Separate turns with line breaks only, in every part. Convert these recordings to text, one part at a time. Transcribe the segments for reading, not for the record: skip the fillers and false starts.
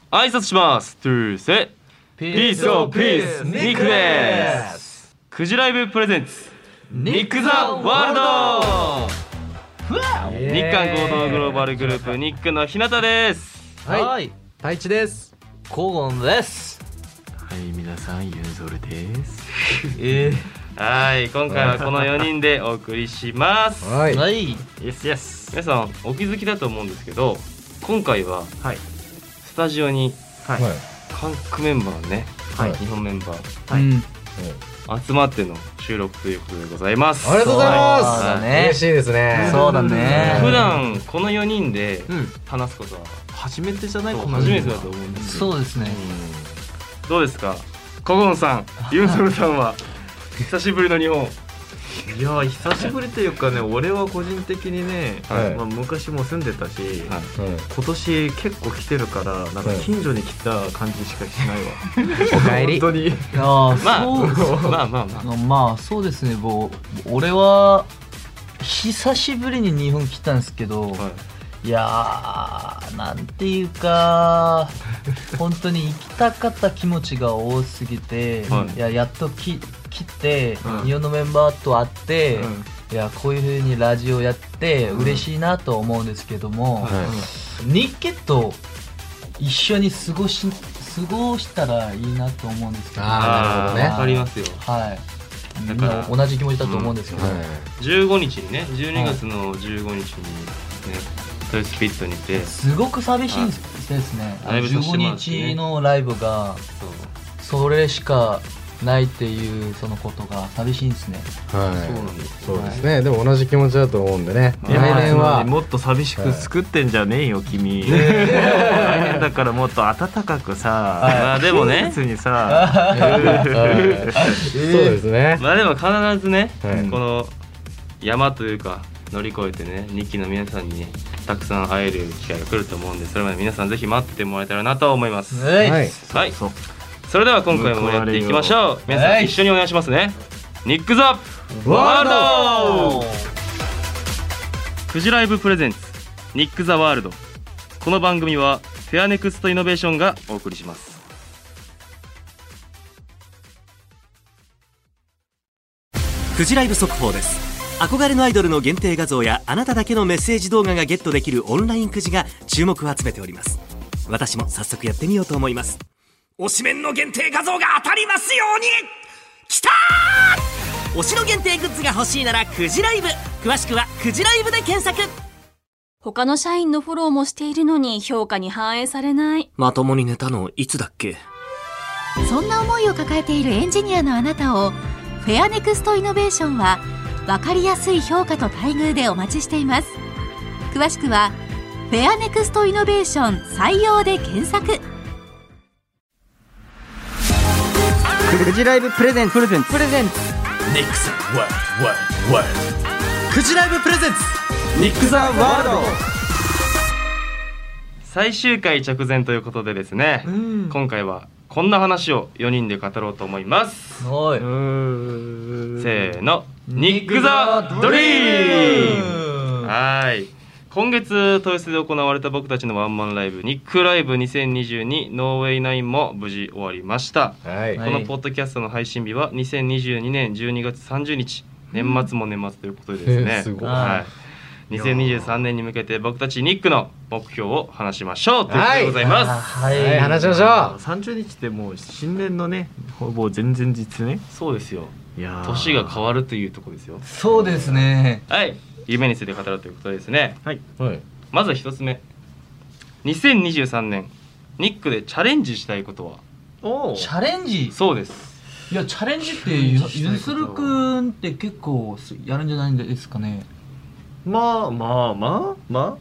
挨拶します。トゥーセピースオブピースニックです。クジライブプレゼンツニック・ザ・ワールド。日韓合同グローバルグループニックの日向です。
はい、太一です。
コゴンです。
はい、皆さんユンゾルです。
はい、今回はこの4人でお送りします。
はい、
イエスイエス。皆さんお気づきだと思うんですけど、今回はスタジオに韓国メンバーね、日本メンバー集まっての収録ということでございます。
ありがとうございます。嬉しいですね。
そうだね。
普段この4人で話すことは
初めてじゃない？
初めてだと思うんです。
そうですね。
どうですか、コゴンさん、ユンソルさんは久しぶりの日本。
いや久しぶりというかね、俺は個人的にね、昔も住んでたし、今年結構来てるから、なんか近所に来た感じしかしないわ。
おかえり。
本当に。
まあそうですね。俺は久しぶりに日本来たんですけど、いやー、なんていうか本当に行きたかった気持ちが多すぎて、やっと来て、日本のメンバーと会って、いやこういう風にラジオやって嬉しいなと思うんですけども、日系と一緒に過ごしたらいいなと思うんですけど。
なるほどね。
わかりますよ。
はい。みんな同じ気持ちだと思うんですけど、
15日にね、12月の15日にね、トイスピットにて
すごく寂しいですね。15日のライブがそれしかないっていうそのことが寂しいんですね。
そうですね。でも同じ気持ちだと思うんでね。来年は
もっと寂しく作ってんじゃねえよ君。来年だからもっと暖かくさ。
まあでもね、
別にさ。
そうですね。
まあでも必ずね、この山というか乗り越えてね、2期の皆さんにたくさん会える機会が来ると思うんで、それまで皆さんぜひ待ってもらえたらなと思います。はい、それでは今回も盛り上がっていきましょう。皆さん一緒にお願いしますね。ニック・ザ・ワールド。クジライブプレゼンツニック・ザ・ワールド。この番組はフェアネクストイノベーションがお送りします。
クジライブ速報です。憧れのアイドルの限定画像やあなただけのメッセージ動画がゲットできるオンラインくじが注目を集めております。私も早速やってみようと思います。推しメンの限定画像が当たりますように。きたー！推しの限定グッズが欲しいならクジライブ。詳しくはクジライブで検索。
他の社員のフォローもしているのに評価に反映されない。
まともに寝たのいつだっけ？
そんな思いを抱えているエンジニアのあなたをフェアネクストイノベーションは分かりやすい評価と待遇でお待ちしています。詳しくはフェアネクストイノベーション採用で検索。
クジライブプレゼンツニックスワールド。クジライブプレゼンツニックザワールド。
最終回直前ということでですね、今回はこんな話を4人で語ろうと思います。せーの、ニック・ザ・ドリーム。はい、今月豊洲で行われた僕たちのワンマンライブニックライブ2022ノーウェイナインも無事終わりました。このポッドキャストの配信日は2022年12月30日、年末も年末ということでですね、2023年に向けて僕たちニックの目標を話しましょうということでございます。
話しましょう。
30日ってもう新年のね、ほぼ前々日ね。
そうですよ。年が変わるというところですよ。
そうですね。
はい、夢について語るということですね。
はい、
まずは一つ目、2023年ニックでチャレンジしたいことは？
チャレンジ？
そうです。
いや、チャレンジってゆずるくんって結構やるんじゃないんですかね。
まあ
ほんま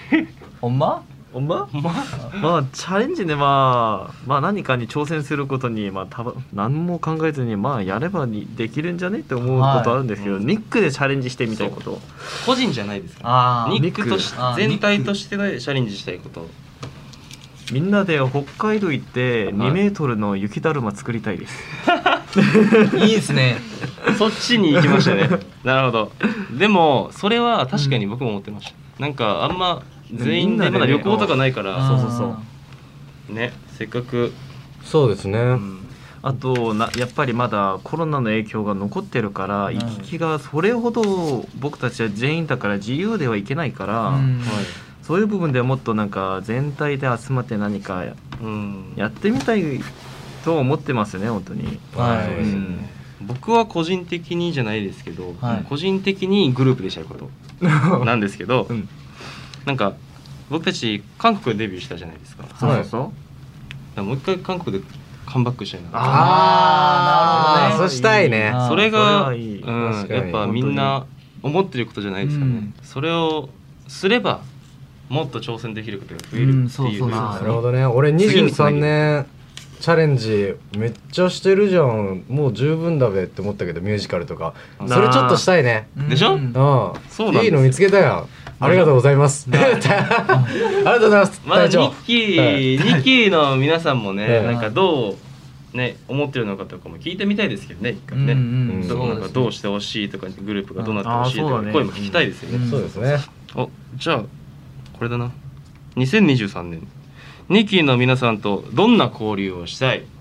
チャレンジでまあ何かに挑戦することに何も考えずにやればできるんじゃねって思うことあるんですけど、ニックでチャレンジしてみたいこと。
個人じゃないですか。ニックとして全体としてでチャレンジしたいこと。
みんなで北海道行って2メートルの雪だるま作りたいです。
いいですね。
そっちに行きましたね。なるほど。でもそれは確かに僕も思ってました。なんかあんま全員でまだ旅行とかないから、 ね、せっかく。
そうですね、
あとやっぱりまだコロナの影響が残ってるから行き来がそれほど僕たちは全員だから自由ではいけないから、そういう部分ではもっとなんか全体で集まって何かやってみたいと思ってますね本当に。
僕は個人的にじゃないですけど、個人的にグループでしたいことなんですけど、なんか僕たち韓国でデビューしたじゃないですか。もう一回韓国でカムバックしたいな。
なるほどね。そうしたいね。
それがやっぱみんな思ってることじゃないですかね。それをすればもっと挑戦できることが増えるっていう。
なるほどね。俺23年チャレンジめっちゃしてるじゃん、もう十分だべって思ったけど、ミュージカルとかそれちょっとしたいね。
でしょ。
いいの見つけたやん。ありがとうございます。ありがとうございます。
まだニッキーの皆さんもね、なんかどうね思ってるのかとかも聞いてみたいですけどね、一回ね。どうしてほしいとか、グループがどうなってほしいとか声も聞きたいですよね。
そうですね。
じゃあこれだな。2023年ニッキーの皆さんとどんな交流をしたい、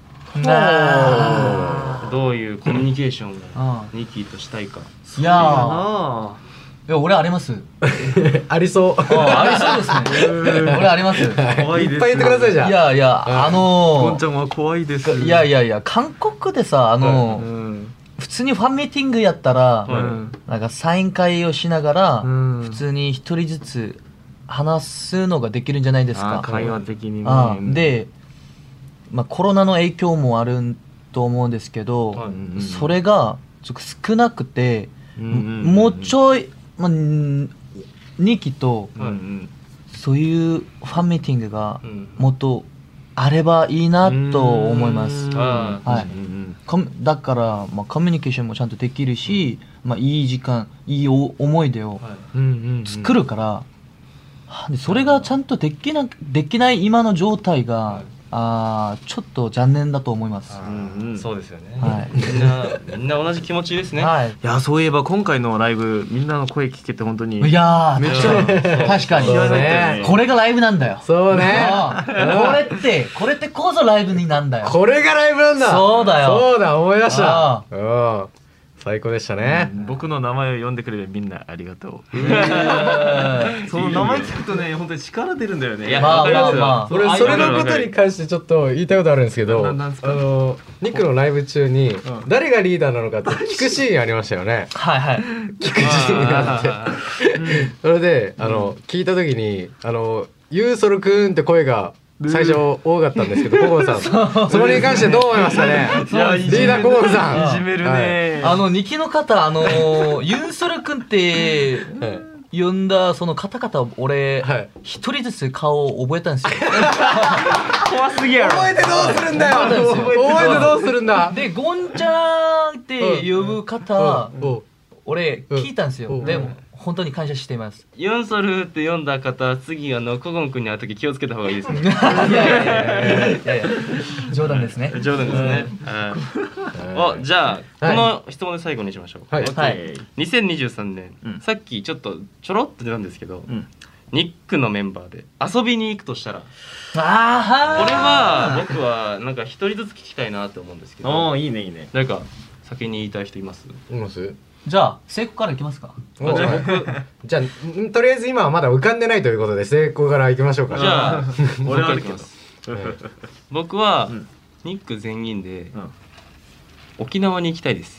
どういうコミュニケーションをニッキーとしたいか。
いや俺あります。
ありそう。
ありそうですね。俺あります。
怖いです。
いっぱい言ってくださいじゃあ。
いや
ゴンちゃんは怖いです。
いや韓国でさ普通にファンミーティングやったらなんかサイン会をしながら普通に一人ずつ話すのができるんじゃないですか。
会話的にね。
で、コロナの影響もあると思うんですけど、それがちょっと少なくて、もうちょい、2期とそういうファンミーティングがもっとあればいいなと思います。だからコミュニケーションもちゃんとできるし、いい時間、いい思い出を作るから。それがちゃんとできない今の状態がちょっと残念だと思います。
そうですよね。みんな同じ気持ちですね。
いやそういえば今回のライブみんなの声聞けて本当に
いやめっちゃ確かにこれがライブなんだよ。
そうね。
これってこそライブになんだよ。
これがライブなんだ。
そうだよ。
そうだ、思い出した。最高でしたね。
僕の名前を呼んでくれるみんなありがとう。その名前聞くとね本当に力出るんだよね。
俺それのことに関してちょっと言いたいことあるんですけど、ニックのライブ中に誰がリーダーなのかって聞くシーンありましたよね。聞くシーンがあって、それで聞いた時にユーソルくんって声が最初多かったんですけど、コゴンさんそれに関してどう思いますかね。リーダーコゴンさ
んいじめるね。
2期の方ユンソル君って呼んだその方々俺一人ずつ顔を覚えたんですよ。
怖すぎやろ。
覚えてどうするんだよ。覚えてどうするんだ。
でゴンちゃんって呼ぶ方俺聞いたんですよ。でも本当に感謝しています。
ユンソルって読んだ方、次コゴン君に会う時気をつけた方がいいですね。
いや冗談ですね。
冗談ですね。じゃあこの質問で最後にしましょう。2023年、さっきちょろっと出たんですけど、ニックのメンバーで遊びに行くとしたら、これは僕はなんか一人ずつ聞きたいなって思うんですけど。
いいね。
誰か先に言いたい人います？
じゃあ聖子からいきますか。
じゃあとりあえず今はまだ浮かんでないということで聖子からいきましょうか。
じゃあ俺は行きます。僕はニック全員で沖縄に行きたいです。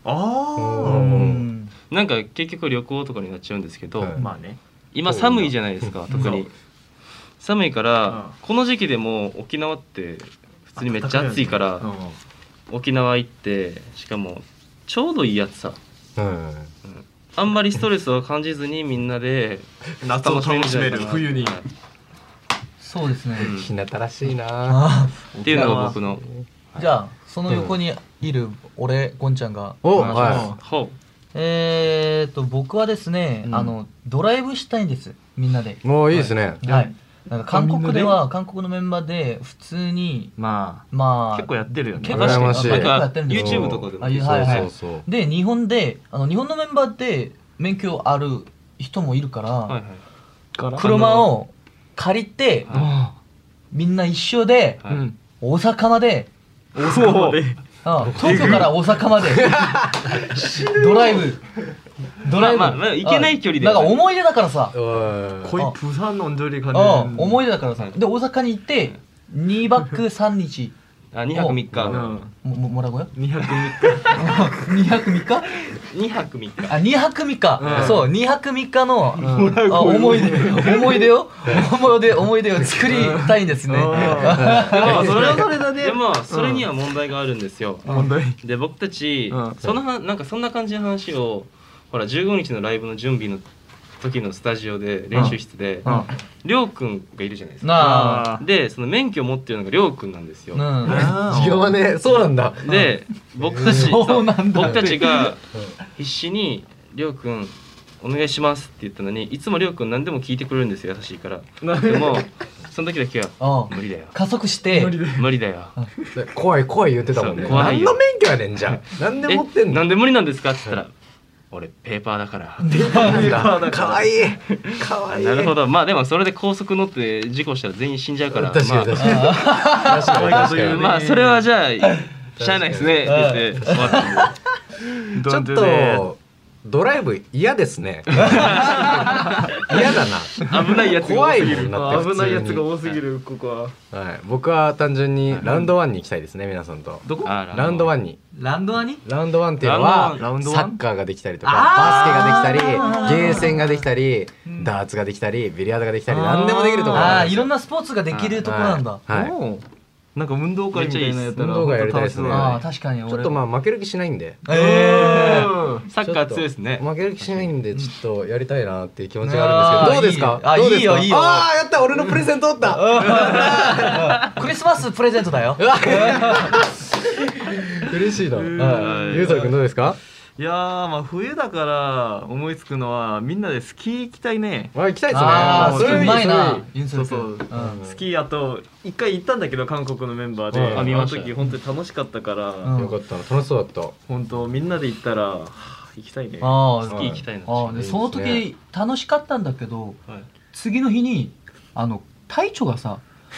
なんか結局旅行とかになっちゃうんですけど、今寒いじゃないですか。特に寒いからこの時期でも沖縄って普通にめっちゃ暑いから沖縄行って、しかもちょうどいい暑さ、あんまりストレスを感じずにみんなで
夏を楽しめる冬に。
そうですね。
日向らしいな
っていうのが僕の。
じゃあその横にいる俺ゴンちゃんが僕はですねドライブしたいんです、みんなで。
もういいですね。
なんか韓国では韓国のメンバーで普通に
結構やってるよね。
結構やってるんです
YouTube とかでも。
で日本のメンバーで免許ある人もいるから車を借りてみんな一緒で大阪まで東京から大阪までドライブ
まあ行けない距離で
なんか思い出だからさ
거의 부산 언저리 가는
思い出だからさで大阪に行って2泊3日
2泊3日
뭐라고요?
2泊3日
2泊3日
2泊3日
あ2泊3日そう2泊3日の思い出を作りたいんですね
それはそれだねでもそれには問題があるんですよで僕たちなんかそんな感じの話をほら15日のライブの準備の時のスタジオで練習室でりょうくんがいるじゃないですかでその免許を持ってるのがりょうくんなんですよ
授業はねそうなんだ
で僕たちが必死にりょうくんお願いしますって言ったのにいつもりょうくん何でも聞いてくれるんですよ優しいからでもその時だけは無理だよ
加速して
無理だよ
怖い言ってたもんね何の免許やねんじゃん何で持ってんの
なんで無理なんですかって言ったら俺ペーパーだから
かわいい
なるほどまあでもそれで高速乗って事故したら全員死んじゃうから
確かに
まあそれはじゃあしゃあないですねって言って終わった
ちょっとドライブ嫌ですね嫌だな
危ないやつが多すぎる
危ないやつが多すぎるここ
は僕は単純にラウンド1に行きたいですね皆さんと
どこ
ラウンド1に
ラウンド1
っていうのはサッカーができたりとかバスケができたりゲーセンができたりダーツができたりビリヤードができたり何でもできるところなんですよ
いろんなスポーツができるところなんだ
なんか運動会みたいなやったら
運動会やりたいですね
確かに
ちょっと負ける気しないんで
サッカー強いですね
負ける気しないんでちょっとやりたいなっていう気持ちがあるんですけどどうですか
いいよ
やった俺のプレゼントあった
クリスマスプレゼントだよ
嬉しいなゆうとくんどうですか
いやまあ冬だから思いつくのはみんなでスキー行きたいね
行きたいですね
それうまいな
そうスキーあと一回行ったんだけど韓国のメンバーであの時本当に楽しかったから
よかった楽しそうだった
本当みんなで行ったら行きたいねスキ
ー行きたいな
その時楽しかったんだけど次の日に体調がさ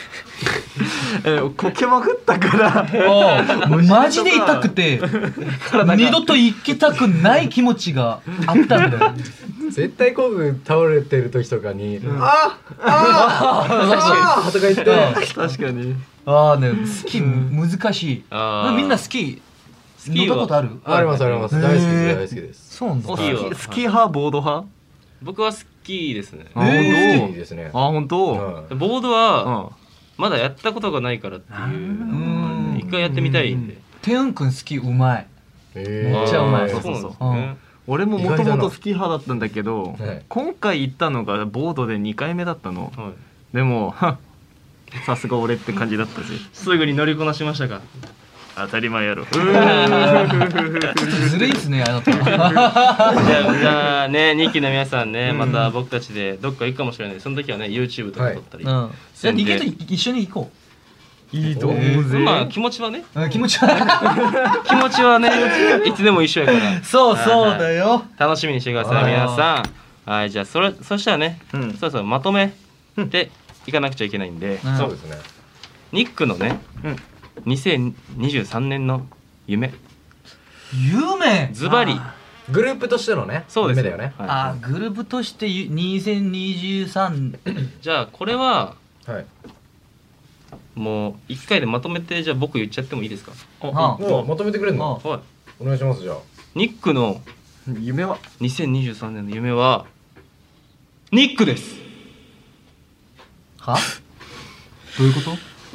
こけまくったから
マジで痛くて二度と行きたくない気持ちがあったんだよ
絶対こう倒れてる時とかにあとか言って
確かに
スキー難しいみんなスキー乗ったことある
あります大好きです
そうなんだ
スキー派ボード派
僕はスキーですね
スキーですね
本当
ボードはまだやったことがないからっていう一回やってみたいんで
テウン君スキーうまいめっちゃうまい
そう俺ももともとスキー派だったんだけど今回行ったのがボードで2回目だったのでもさすが俺って感じだったし
すぐに乗りこなしましたか
当たり前やろ
ずるいっすねあなた
じゃあね2期の皆さんねまた僕たちでどっか行くかもしれないその時はね YouTube とか撮ったりじゃあ
2期と一緒に行こ
ういいと思うぜ
まあ気持ちはね
気持ちは
ねいつでも一緒やから
そうだよ
楽しみにしてください皆さんはいじゃあそしたらねそろそろまとめていかなくちゃいけないんで
そうですね
ニックのね2023年の夢ズバリ
グループとしてのね
そうです
夢だよね
グループとして2023
じゃあこれはもう1回でまとめてじゃあ僕言っちゃってもいいですか
まとめてくれるのお願いしますじゃあ
ニックの
夢は
2023年の夢はニックです
はどういうこと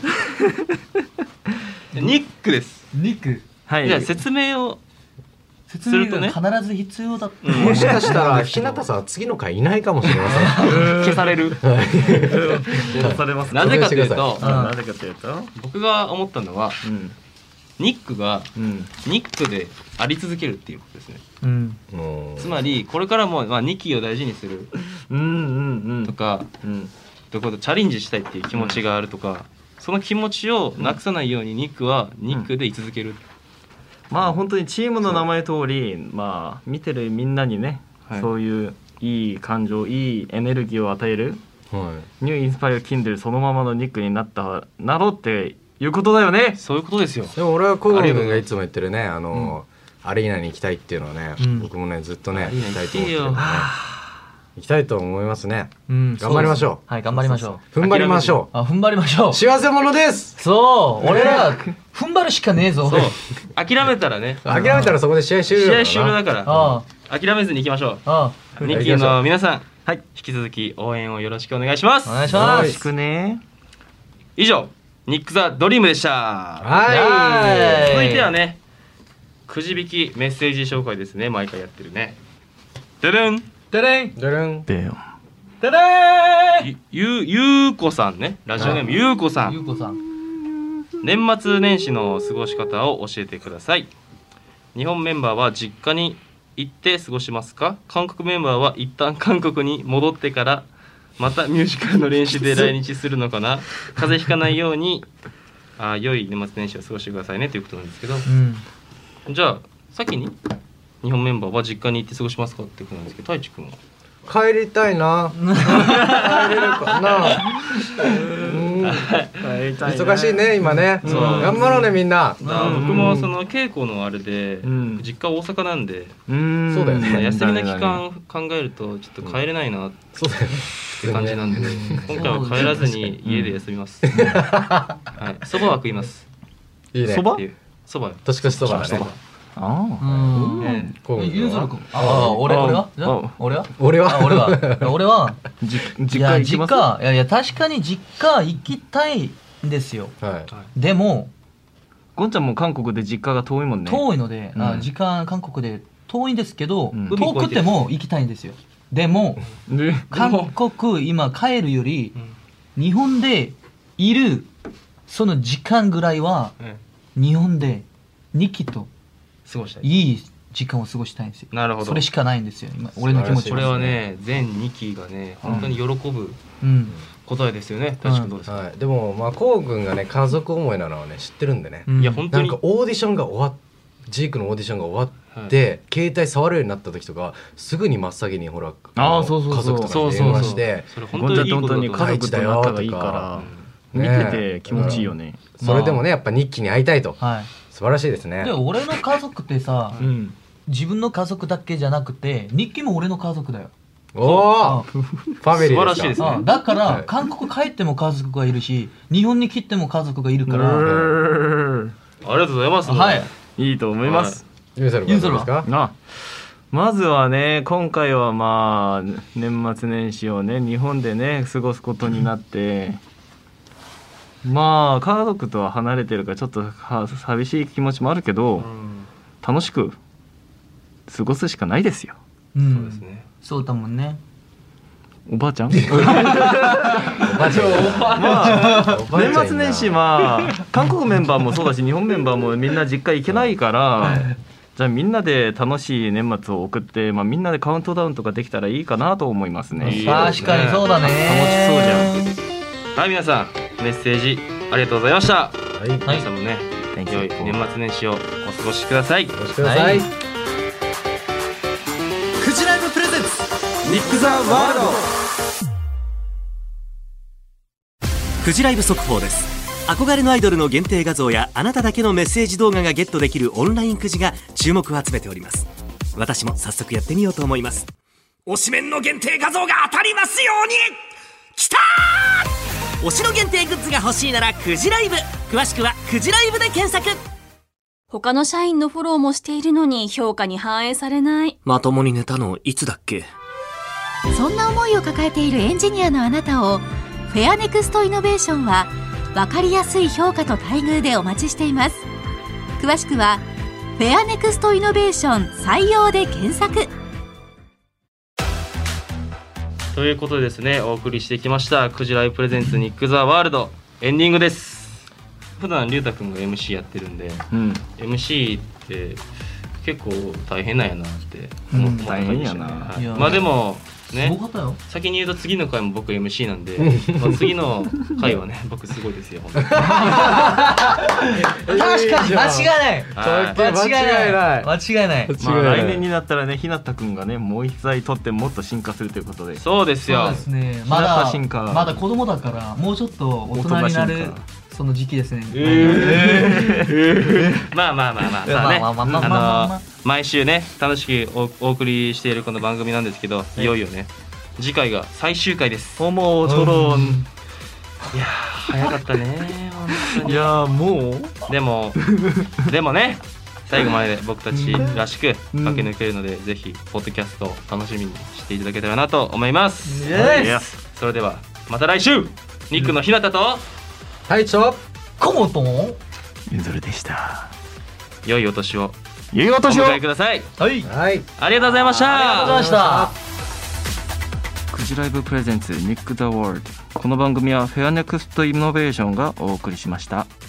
ニックです。
ニック。
はい。じゃあ説明をするとね。
必ず必要だ。
もしかしたら日向さん次の回いないかもしれません。
消される。
殺されます。
なぜかというと、
僕
が思ったのは、ニックがニックであり続けるっていうことですね。つまりこれからも2期を大事にするとか、ということチャレンジしたいっていう気持ちがあるとか。その気持ちをなくさないようにニックはニックで居続ける、
まあ本当にチームの名前通りまあ見てるみんなにね、そういういい感情いいエネルギーを与えるニューインスパイアキンドルそのままのニックになろうっていうことだよね。
そういうことですよ。
でも俺はコゴン君がいつも言ってるね、アリーナに行きたいっていうのはね、僕もねずっとね行きたいと思ってるんでね、行きたいと思いますね。頑張りましょう。
はい、頑張りましょ
う。踏ん張りましょう。
踏ん張りましょう。
幸せ者です。
そう、俺ら踏ん張るしかねえぞ。
諦めたらね、
諦めたらそこで試合終了
だから諦めずに行きましょう。ニッキーの皆さん、引き続き応援をよろしくお願いします。
お願いします。
よろしくね。
以上、ニック・ザ・ドリームでした。
はい。
続いてはね、くじ引きメッセージ紹介ですね。毎回やってるね。でるん
でれん
でるん
でれん。
ゆうこさんね、ラジオネームゆうこさん。
ゆうこさん。
年末年始の過ごし方を教えてください。日本メンバーは実家に行って過ごしますか？韓国メンバーは一旦韓国に戻ってからまたミュージカルの練習で来日するのかな。風邪ひかないように良い年末年始を過ごしてくださいねということなんですけど、じゃあ先に日本メンバーは実家に行って過ごしますかってことなんですけど、太一くんは
帰りたいな。帰れるかな。忙しいね今ね。頑張ろうねみんな。
僕もその稽古のあれで実家大阪なんで、
そうだよね。
休みの期間考えるとちょっと帰れないなって感じなんで、今回は帰らずに家で休みます。はい、そばは食います。
いいね。
そば
年越しそばね。
ゆうぞるくん。俺は
実家行きます。
いや確かに実家行きたいんですよ。でも
ゴンちゃんも韓国で実家が遠いもんね。
遠いので時間韓国で遠いんですけど、遠くても行きたいんですよ。でも韓国今帰るより日本でいるその時間ぐらいは日本でニキと
過ごしたい、
いい時間を過ごしたいんですよ。
なるほど。
それしかないんですよ今俺の気持ちは。
これはね全2期がね本当に喜ぶ答えですよね。確かにどうですか。
でもまあこう君がね家族思いなのはね知ってるんでね。
いや本当に
なんかオーディションが終わっジークのオーディションが終わって携帯触るようになった時とかすぐに真っ先にほら家族とかに電話して
本当に
本当に家族と仲がいいから見てて気持ちいいよね。
それでもねやっぱ日記に会いたいと。素晴らしいですね。
で俺の家族ってさ、自分の家族だけじゃなくて日記も俺の家族だよ。
おお、ファミリーですか。
素晴らしいですね。
だから韓国帰っても家族がいるし日本に来ても家族がいるから。
ありがとうございます。
はい、
いいと思います。
ユーザルは
まずはね今回はまあ年末年始をね日本でね過ごすことになってまあ家族とは離れてるからちょっと寂しい気持ちもあるけど、楽しく過ごすしかないですよ。
そうですね。
そうだもんね。
おばあちゃん年末年始まあ韓国メンバーもそうだし日本メンバーもみんな実家行けないから、じゃあみんなで楽しい年末を送って、みんなでカウントダウンとかできたらいいかなと思いますね。
確かにそうだね。
楽しそうじゃん。
はい、皆さんメッセージありがとうございました。皆さんもね良い年末年始をお過ごしください。
クジライブプレゼンツ
ニック・ザ・ワールド。
フジライブ速報です。憧れのアイドルの限定画像やあなただけのメッセージ動画がゲットできるオンラインくじが注目を集めております。私も早速やってみようと思います。推しメンの限定画像が当たりますように。きたー！推しの限定グッズが欲しいならくじライブ。詳しくはくじライブで検索。
他の社員のフォローもしているのに評価に反映されない。
まともに寝たのいつだっけ。
そんな思いを抱えているエンジニアのあなたをフェアネクストイノベーションは分かりやすい評価と待遇でお待ちしています。詳しくはフェアネクストイノベーション採用で検索。
ということでですね、お送りしてきましたクジライプレゼンツニック・ザ・ワールドエンディングです。普段龍太くんが MC やってるんで、MC って結構大変なんやなって思ったんですね。
大変やな。
まあでも
すごかったよ。
先に言うと次の回も僕 MC なんで、まあ次の回はね僕すごいですよ。確か
に間違いない。間違いない。間違いない。
まあ来年になったらね、ひなたくんがねもう一歳取ってもっと進化するということで。
そうですよ。
そうですね。まだ子供だからもうちょっと大人になるその時期ですね。
まあ毎週ね楽しくお送りしているこの番組なんですけど、いよいよね次回が最終回です。
もうトロン。
いや早かったね。
いやもう
でもね最後まで僕たちらしく駆け抜けるので、ぜひポッドキャストを楽しみにしていただけたらなと思います。それではまた来週。ニックのひなたと
はいちょ
コモトン
ゆずるでした。
良いお年をお
迎
えください。
はい、
ありがとうございました。
ありがとうございました。
フジライブプレゼンツニック・ザ・ワールド。この番組はフェアネクストイノベーションがお送りしました。